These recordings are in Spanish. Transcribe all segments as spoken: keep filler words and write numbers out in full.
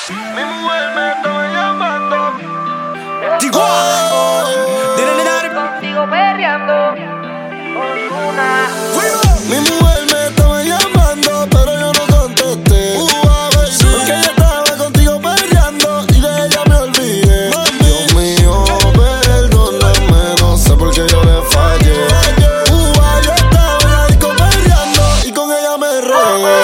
Mi mujer me estaba llamando. Digo, Contigo perreando con una. Mi mujer me estaba llamando, pero yo no contesté. Uh, porque ella estaba contigo perreando y de ella me olvidé. Dios mío, perdóname, no sé por qué yo le fallé. Uh, yo estaba en la disco perreando y con ella me regué.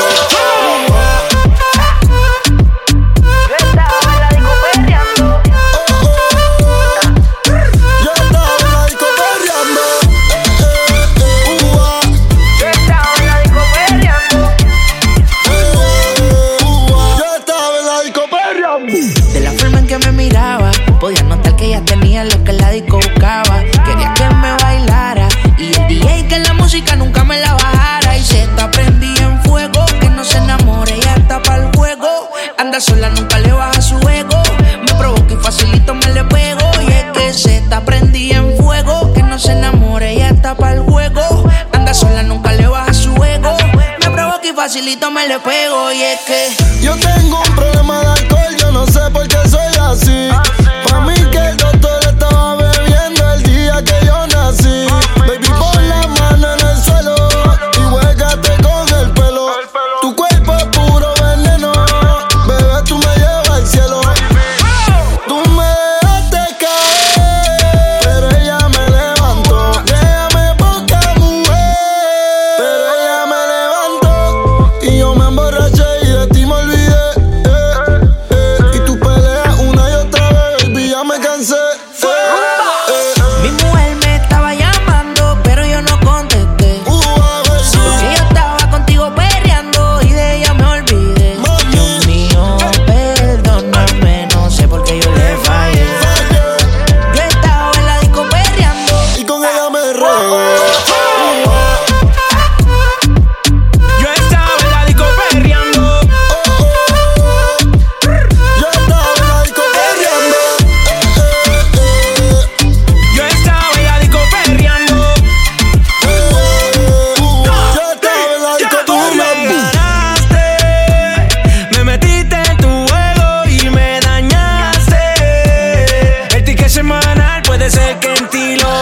Podía notar que ella tenía lo que la disco buscaba. Quería que me bailara y el D J que la música nunca me la bajara. Y se está prendida en fuego, que no se enamore, ella está pa'l juego. Anda sola, nunca le baja su ego. Me provoca y facilito me le pego. Y es que se está prendida en fuego, que no se enamore, ella está pa'l juego. Anda sola, nunca le baja su ego. Me provoca y facilito me le pego. Y es que yo tengo un problema de alcohol, yo no sé por qué soy así. Pa' mí que el doctor estaba bebiendo el día que yo nací. Baby, pon la mano en el suelo y huégate con el pelo. Tu cuerpo es puro veneno, bebé, tú me llevas al cielo. Tú me dejaste caer, pero ella me levantó. Déjame poca mujer, pero ella me levantó. Y yo me emborraché y de ti me olvidé. mi mujer me estaba llamando, pero yo no contesté. Porque yo estaba contigo perreando y de ella me olvidé. Dios mío, perdóname, no sé por qué yo le fallé. Yo estaba en la disco perreando y con ella me regué. yo estaba en la disco perreando. Yo estaba en la disco perreando. Yo estaba en la disco perreando. Yo estaba en la disco Tú me perreando. ganaste, me metiste en tu juego y me dañaste. El ticket semanal puede ser que en ti lo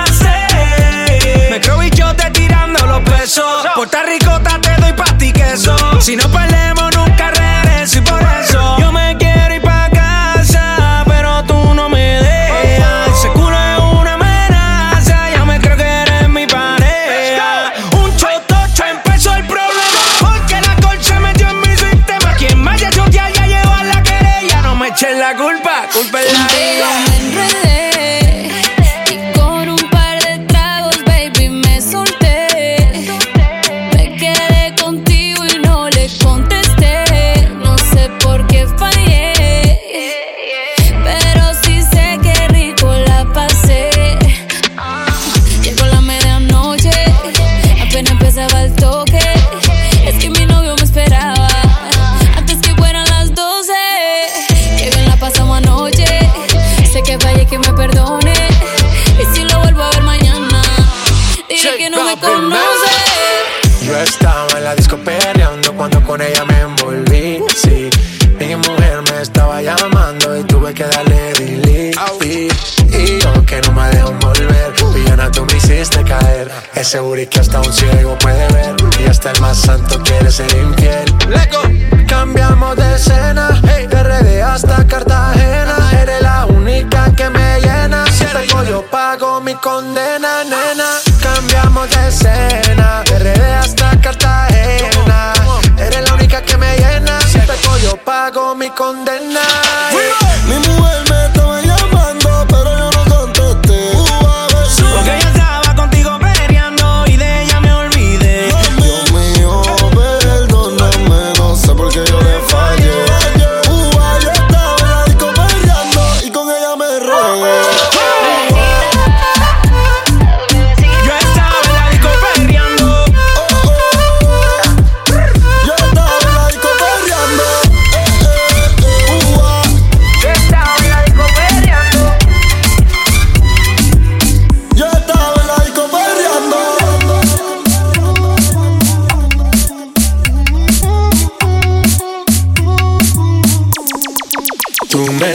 gaste. Me creo bichote tirando los pesos. Puerto Ricota te doy pa' ti queso. Si no perdemos nunca regreso y por eso yo me quiero ir pa' casa, pero tú no me dejas. Ese culo es una amenaza, ya me creo que eres mi pareja. Un chotocho empezó el problema, porque la alcohol se metió en mi sistema. Quien vaya a chotear ya lleva la querella. No me echen la culpa, culpa es la Contigo ella. me enredé y con un par de tragos, baby, me solté. Me quedé contigo y no le contesté. No sé por qué fallé, pero sí sé que rico la pasé. Llegó la medianoche, apenas empezaba el toque. Es que mi novio me esperaba antes que fueran las doce. Qué bien la pasamos anoche. Sé que fallé, que me perdone. Y si lo vuelvo a ver mañana, diré que no me conoce. Yo estaba en la disco perreando cuando con ella me envolví. Sí, mi mujer me estaba llamando y tuve que darle delete. Y yo que no me dejo volver, villana, tú me hiciste caer. Ese booty que hasta un ciego puede ver, y hasta el más santo quiere ser infiel. Cambiamos de escena, hey, de R D hasta Cartagena. Eres la única que me llena. Si tengo yo pago mi condena, nena. Cambiamos de escena, de R D hasta Cartagena. Eres la única que me llena. Si tengo yo pago mi condena. Mi mujer me estaba llamando, pero yo no contesté. Porque yo estaba contigo peleando y de ella me olvidé. Dios mío, perdóname, no sé por qué yo le fallé. Yo estaba en la disco perreando y con ella me regué.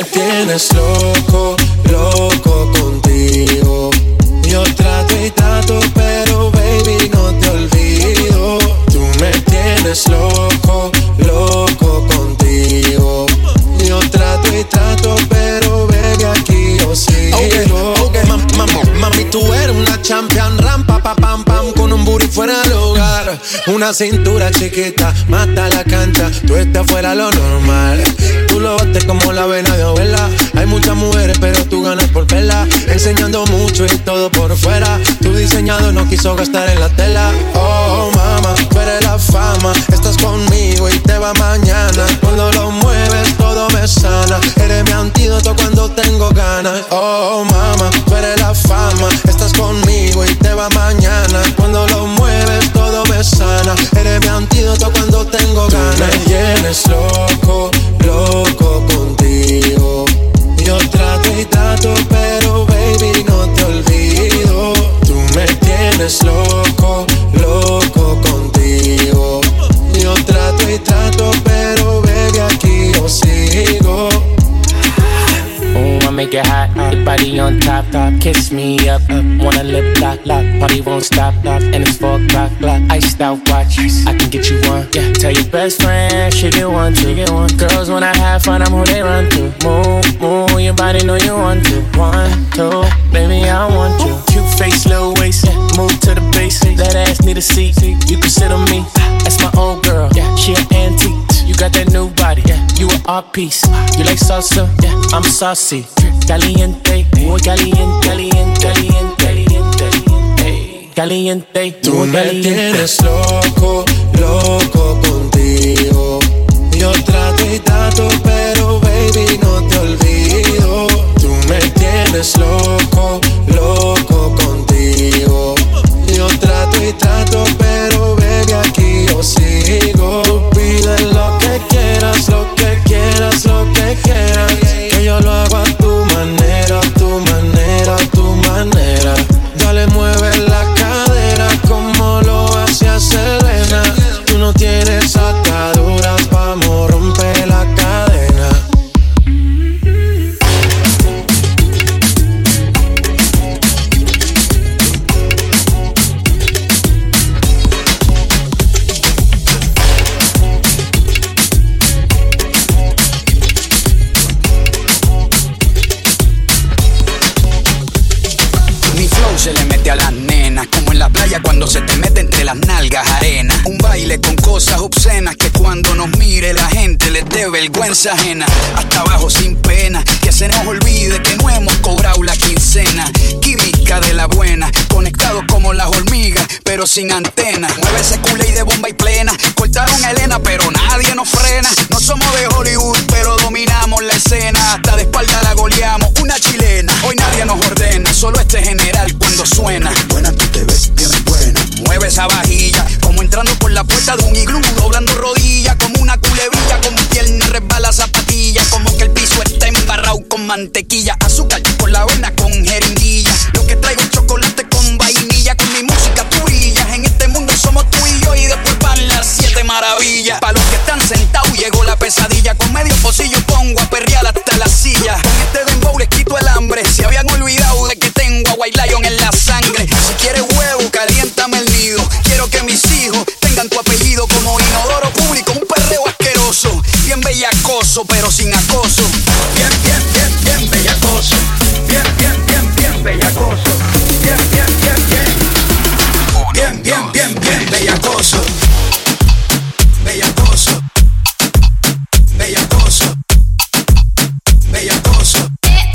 tienes loco, loco contigo. Yo trato y trato, pero baby no te olvido. Tú me tienes loco, loco contigo. Yo trato y trato, pero baby aquí yo sigo. Okay, okay. Mam, mam, mami, tú eres una champion, rampa, pa, pam, pam, con un booty fuera del hogar. Una cintura chiquita, mata la cancha, tú estás fuera lo normal. Tú lo bates como la vena de abuela. Hay muchas mujeres, pero tú ganas por verla. Enseñando mucho y todo por fuera. Tu diseñador no quiso gastar en la tela. Oh, mama, tú eres la fama. Estás conmigo y te va mañana. Cuando lo mueves, todo me sana. Eres mi antídoto cuando tengo ganas. Oh, mama, tú eres la fama. Estás conmigo y te va mañana. Cuando lo mueves, todo me sana. Eres mi antídoto cuando tengo ganas. Tú me tienes loco, loco contigo. Yo trato y trato, pero baby no te olvido. Tú me tienes loco, loco contigo. Yo trato y trato, pero baby aquí yo sigo. Ooh, I make it hot, your body on top, top. Kiss me up, up. Wanna lip lock, lock. Party won't stop, lock. And it's four o'clock, clock. Iced out watch, I can get you one. Yeah, tell your best friend she get one, she get one. Girls when I have fun, I'm who they run to. Move, move, your body know you want to. One, two, baby I want you. Cute face, little waist, yeah. Move to the basics. That ass need a seat, you can sit on me. That's my old girl, yeah. She an antique. You got that new body, yeah. You an art piece. You like salsa, yeah. I'm saucy. Caliente, muy caliente, caliente, caliente, caliente, caliente. Tú me tienes loco, loco contigo. Yo trato y trato, pero baby no te olvido. Tú me tienes loco, loco contigo. Yo trato y trato, pero baby aquí yo sigo. Tú pides lo que quieras, lo que quieras, lo que quieras. Que yo lo hago a tu manera, a tu manera, a tu manera. Dale, mueve la cadera como lo hacía Selena. Tú no tienes ataduras, vamos, rompe la cadena. Se le mete a las nenas, como en la playa cuando se te mete entre las nalgas arena. Un baile con cosas obscenas que cuando nos mire la gente les dé vergüenza ajena. Hasta abajo sin pena, que se nos olvide que no hemos cobrado la quincena. Química de la buena, conectados como las hormigas, pero sin antena. Mueve ese culé y de bomba y plena. Cortaron a Elena, pero nadie nos frena. No somos de Hollywood, pero dominamos la escena. Hasta de espalda la goleamos, una chilena. Hoy nadie nos ordena, solo este general cuando suena. Buena, tú te ves bien buena. Mueve esa vajilla, como entrando por la puerta de un iglú, doblando rodillas, como una culebrilla, como pierna resbala zapatilla, como que el piso está embarrado con mantequilla, azúcar por la avena con jeringuilla. Lo que traigo es chocolate con vainilla, con mi música tú brillas. En este mundo somos tú y yo y después van las siete maravillas. Pa' los que están sentados llegó la pesadilla, con medio pocillo pongo a perrear hasta la silla. Con este dembow les quito el hambre, se habían olvidado de que tengo a White Lion en la sangre. Si quieres huevo, caliéntame el nido. Quiero que mis hijos tengan tu apellido como inodoro público, un perreo asqueroso. Bien bellacoso, pero sin acoso. Bien, bien, bien, bien bellacoso. Bien, bien, bien, bien bellacoso. Bien, bien, bien, bien. Bien, bien, bien, bien bellacoso. Bellacoso. Bellacoso. Bellacoso.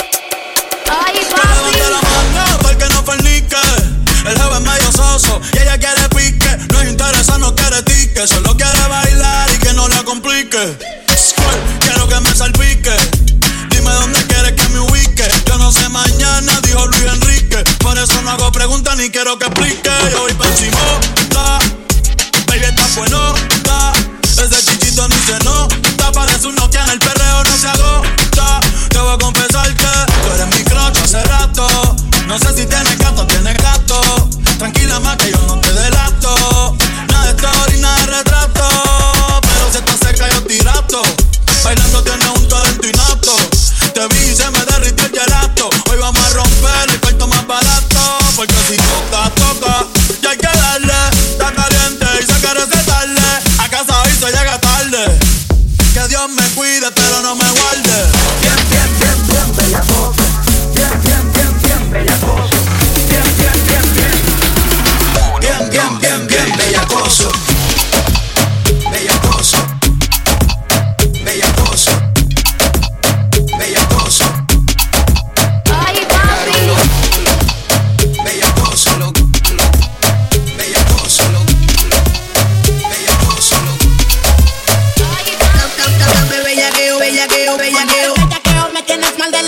El joven medio soso y ella quiere pique. No es interesa, no quiere tique. Solo quiere bailar y que no la complique. Squirt, quiero que me salpique. Dime dónde quieres que me ubique. Yo no sé mañana, dijo Luis Enrique. Por eso no hago preguntas ni quiero que explique. Yo voy pa' encima, baby está buenota. Ese chichito ni se nota. Parece un Nokia en el perreo, no se agota. Te voy a confesar que tú eres mi crush hace rato. No sé si tienes gato, tienes gato. Tranquila más que yo no te delato. Nada de story, nada de retrato. Pero si estás cerca yo tirato. Bailando tienes un talento innato. Te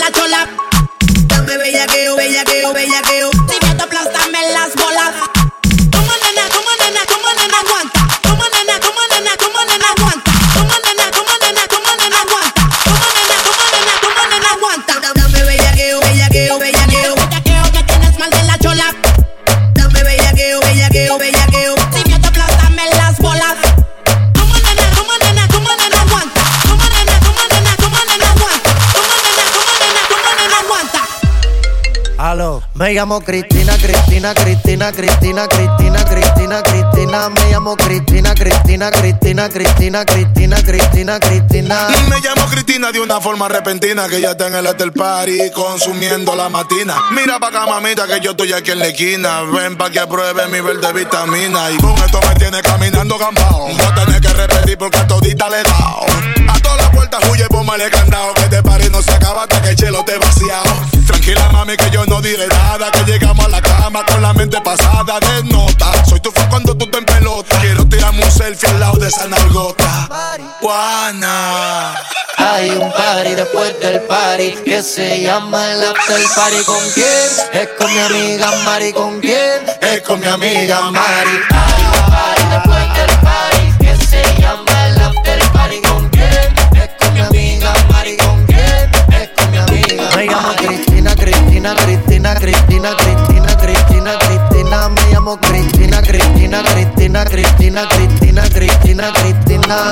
la chola. Dame bellaqueo, bellaqueo, bellaqueo. Si me aplástame las bolas. Toma nena, toma nena, toma nena, aguanta. Toma nena, toma nena, toma nena, aguanta. Toma nena, toma nena, toma nena, aguanta. Toma nena, toma nena, toma nena, aguanta. Dame bellaqueo, bellaqueo, bellaqueo. Bellaqueo que tienes mal de la chola. Dame bellaqueo, bellaqueo, bellaqueo. Si me aplástame las bolas. Toma nena, toma nena, toma nena, aguanta. Toma nena, toma nena, toma nena, aguanta. Toma nena, toma nena, toma nena, aguanta. Aló, me llamo Cristina, Cristina, Cristina, Cristina, Cristina, Cristina, Cristina. Me llamo Cristina, Cristina, Cristina, Cristina, Cristina, Cristina, Cristina. Me llamo Cristina de una forma repentina, que ya está en el after party consumiendo la matina. Mira pa' acá, mamita, que yo estoy aquí en la esquina. Ven pa' que apruebe mi verde vitamina. Y con esto me tiene caminando gambao. No tenés que repetir porque a todita le he dado. A todas las puertas huye, póngale candado. Que este party no se acaba hasta que el chelo te vaciado. Tranquila, mami, que yo no diré nada. Que llegamos a la cama con la mente pasada de nota. Soy tu fan cuando tú te en pelota. Quiero tirarme un selfie al lado de esa nalgota. Juana. Hay un party después del party que se llama el after party. ¿Con quién? Es con mi amiga Mari. ¿Con quién? Es con mi amiga Mari. Hay un party después del party que se llama el after party. ¿Con quién? Es con mi amiga Mari. ¿Con quién? Es con mi amiga Mari. Me llamo Cristina, Cristina, Cristina, Cristina, Cristina, Cristina, Cristina. Me llamo Cristina, Cristina, Cristina, Cristina, Cristina, Cristina, Cristina.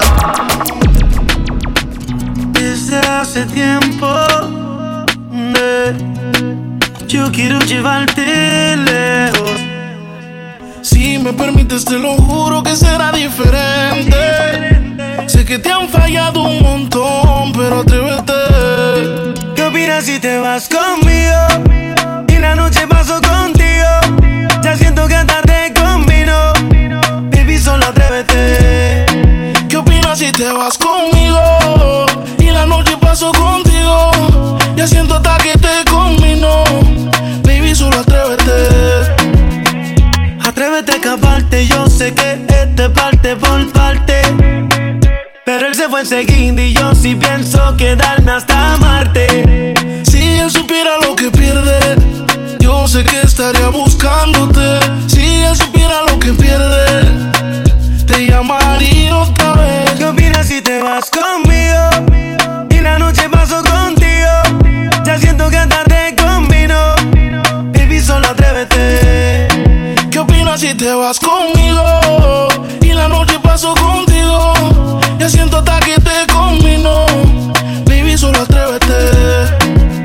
Desde hace tiempo eh, yo quiero llevarte lejos. Si me permites te lo juro que será diferente. Sé que te han fallado un montón, pero atrévete. ¿Qué opinas si te vas conmigo? Y la noche paso contigo. Ya siento que hasta te combino. Baby, solo atrévete. ¿Qué opinas si te vas conmigo? Y la noche paso contigo. Ya siento hasta que te combino. Baby, solo atrévete. Atrévete a escaparte. Yo sé que este parte por parte. Pero él se fue enseguida y yo sí pienso quedarme hasta Marte. Si él supiera lo que pierde, yo sé que estaría buscándote. Si él supiera lo que pierde, te llamaría otra vez. ¿Qué opinas si te vas conmigo? Y la noche paso contigo. Ya siento que hasta te combino. Baby, solo atrévete. ¿Qué opinas si te vas conmigo? Y la noche paso contigo. Ya siento hasta que te combino. Baby, solo atrévete.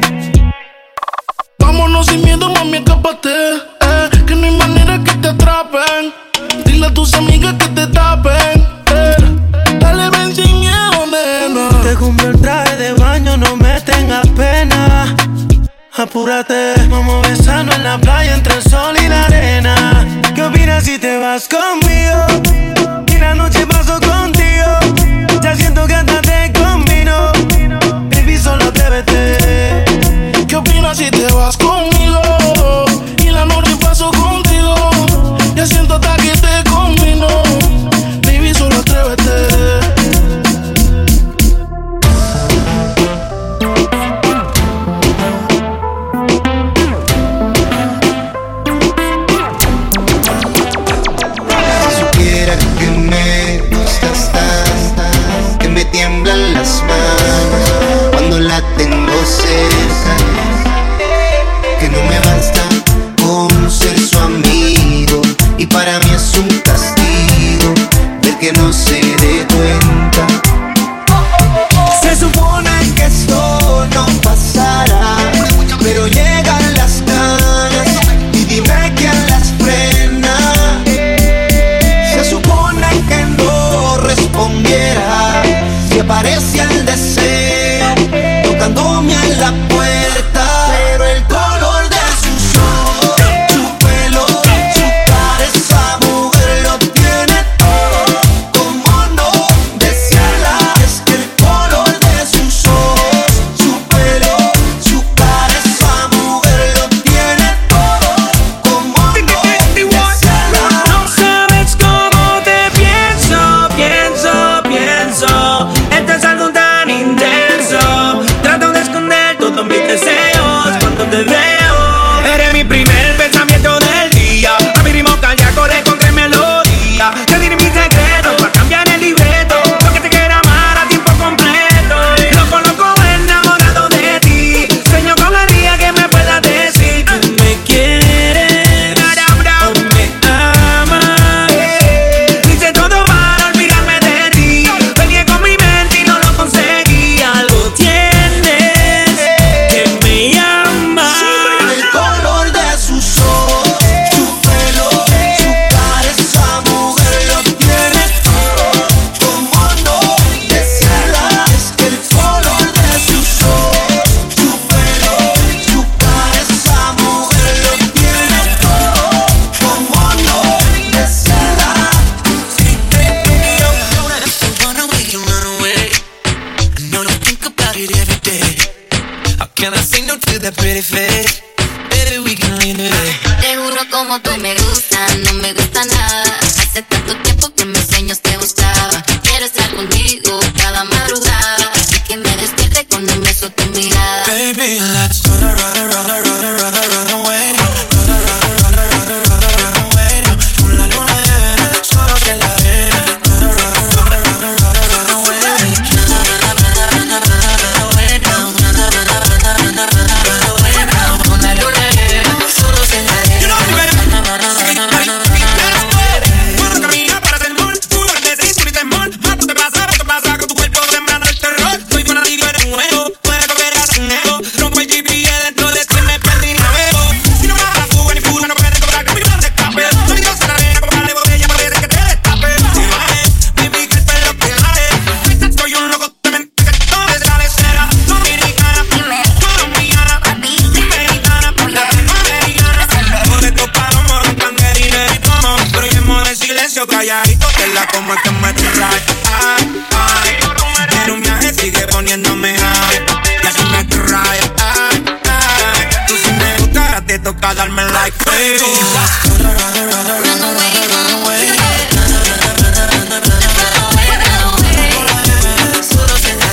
Vámonos sin miedo, mami, escápate. Eh, que no hay manera que te atrapen. Dile a tus amigas que te tapen. Eh, dale, ven sin miedo, nena. Te compré el traje de baño, no me tengas pena. Apúrate, vamos a besarnos en la playa entre el sol y la arena. ¿Qué opinas si te vas conmigo? Y la noche paso contigo. Ya siento que hasta te combino. Baby, solo atrévete. ¿Qué opinas si te vas conmigo? Y la noche paso contigo. Ya siento hasta que te combino. Baby, solo atrévete. Tiemblan las manos cuando la tengo cerca, que no me basta con ser su amigo y para mí es un castigo del que no se dé cuenta. Se supone que esto no pasará, pero llegan las ganas y dime quién las frena. Se supone que no respondiera si aparece el deseo tocándome a la puerta, pero el color de sus ojos, su pelo, su cara, esa mujer lo tiene todo. Como no desearla, es que el color de sus ojos, su pelo, su cara, esa mujer lo tiene todo. Como no desearla. No sabes cómo te pienso, pienso, pienso. Este es algo Can I say no to that pretty face? Baby, we can leave today. Te juro como tú me gustas, no me gusta nada. Hace tanto tiempo que mis sueños te gustaba. Quiero estar contigo cada madrugada y que me despierte cuando me beso tu mirada. Baby, let's run, run, run, run, run, run, run, run away. Calladito te la como es que me trae. Ay, ay, en un viaje sigue poniéndome high. Y así me trae. Ay, ay, tú si me gusta, te toca darme like, baby. Run away, run away. Solo se la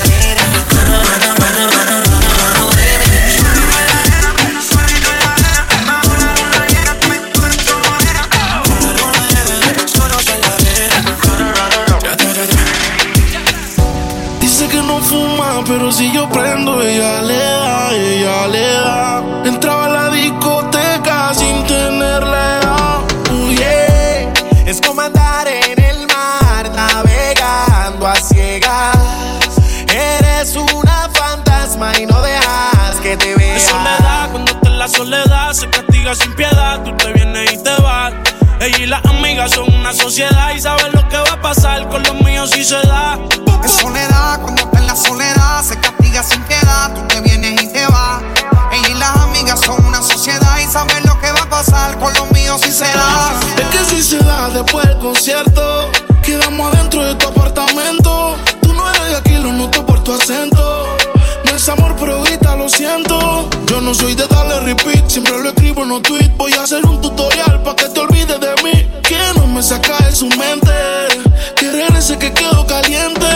pero si yo prendo, ella le da, ella le da. Entraba a la discoteca sin tenerla edad. Uh, yeah. Es como andar en el mar, navegando a ciegas. Eres una fantasma y no dejas que te vea. Es soledad, cuando está en la soledad, se castiga sin piedad. Tú te vienes y te vas. Ella y las amigas son una sociedad y saben lo que va a pasar con los míos si se da. Es soledad, cuando está en la soledad, se castiga sin piedad. Tú te vienes y te vas. Ella y las amigas son una sociedad y saben lo que va a pasar con los míos si se da. Es que si se da después del concierto, quedamos adentro de tu apartamento. Tú no eres de aquí, lo noto por tu acento. No es amor, pero ahorita lo siento. Yo no soy de darle repeat, siempre lo escribo en los tweets. Voy a hacer un tutorial pa' que te olvides de mí. Que no me saca de su mente querer ese que quedó caliente.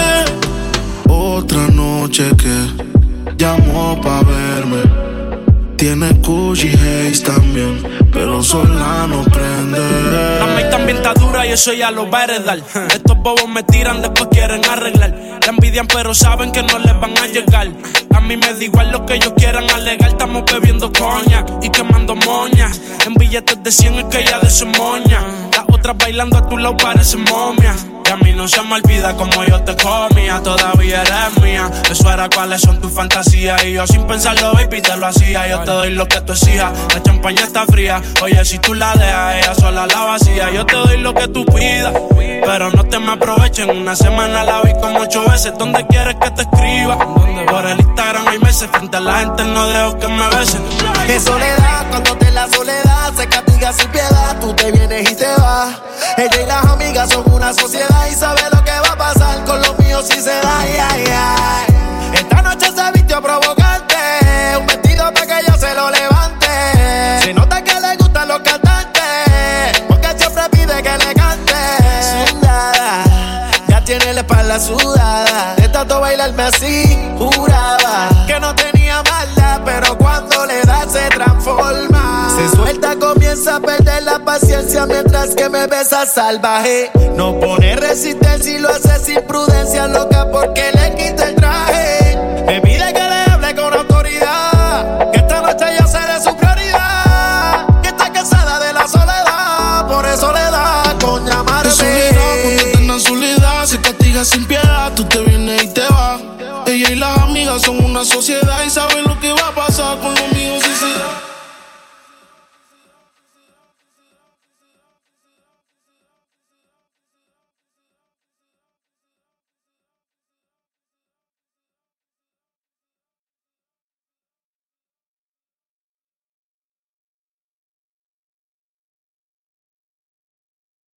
Otra noche que llamó pa' verme. Tiene Gucci Haze también, pero sola no prende. La maíz también está dura y eso ya lo va a heredar. Estos bobos me tiran, después quieren arreglar. La envidian pero saben que no les van a llegar. A mí me da igual lo que ellos quieran alegar. Estamos bebiendo coña y quemando moña. En billetes de cien es que ella de su moña. Las otras bailando a tu lado parecen momia. Y a mí no se me olvida como yo te comía. Todavía eres mía. Eso era cuáles son tus fantasías. Y yo sin pensarlo, baby, te lo hacía. Yo te doy lo que tú exijas. La champaña está fría. Oye, si tú la dejas, ella sola la vacía. Yo te doy lo que tú pidas, pero no te me aprovechen. Una semana la vi como ocho veces. ¿Dónde quieres que te escriba? Por el Instagram hay meses. Frente a la gente no dejo que me besen. Es soledad, cuando te la soledad se castiga sin piedad. Tú te vienes y te vas. Ella y las amigas son una sociedad y sabe lo que va a pasar con los míos si se da. Ay, ay, ay. Esta noche se vistió provocante, un vestido para que yo se lo levante. Se nota que le gustan los cantantes, porque siempre pide que le cante. Sudada, ya tiene la espalda sudada. De tanto bailarme así, juraba que no tenía maldad, pero cuando le da se transforma. Se suelta, comienza a perder la paciencia mientras que me besa salvaje. No pone resistencia y lo hace sin prudencia, loca porque le quita el traje. Me pide que le hable con autoridad, que esta noche yo seré su prioridad. Que está cansada de la soledad, por eso le da con llamarme. Es soledad, cuando está en la soledad se castiga sin piedad. Tú te vienes y te vas. Ella y las amigas son una sociedad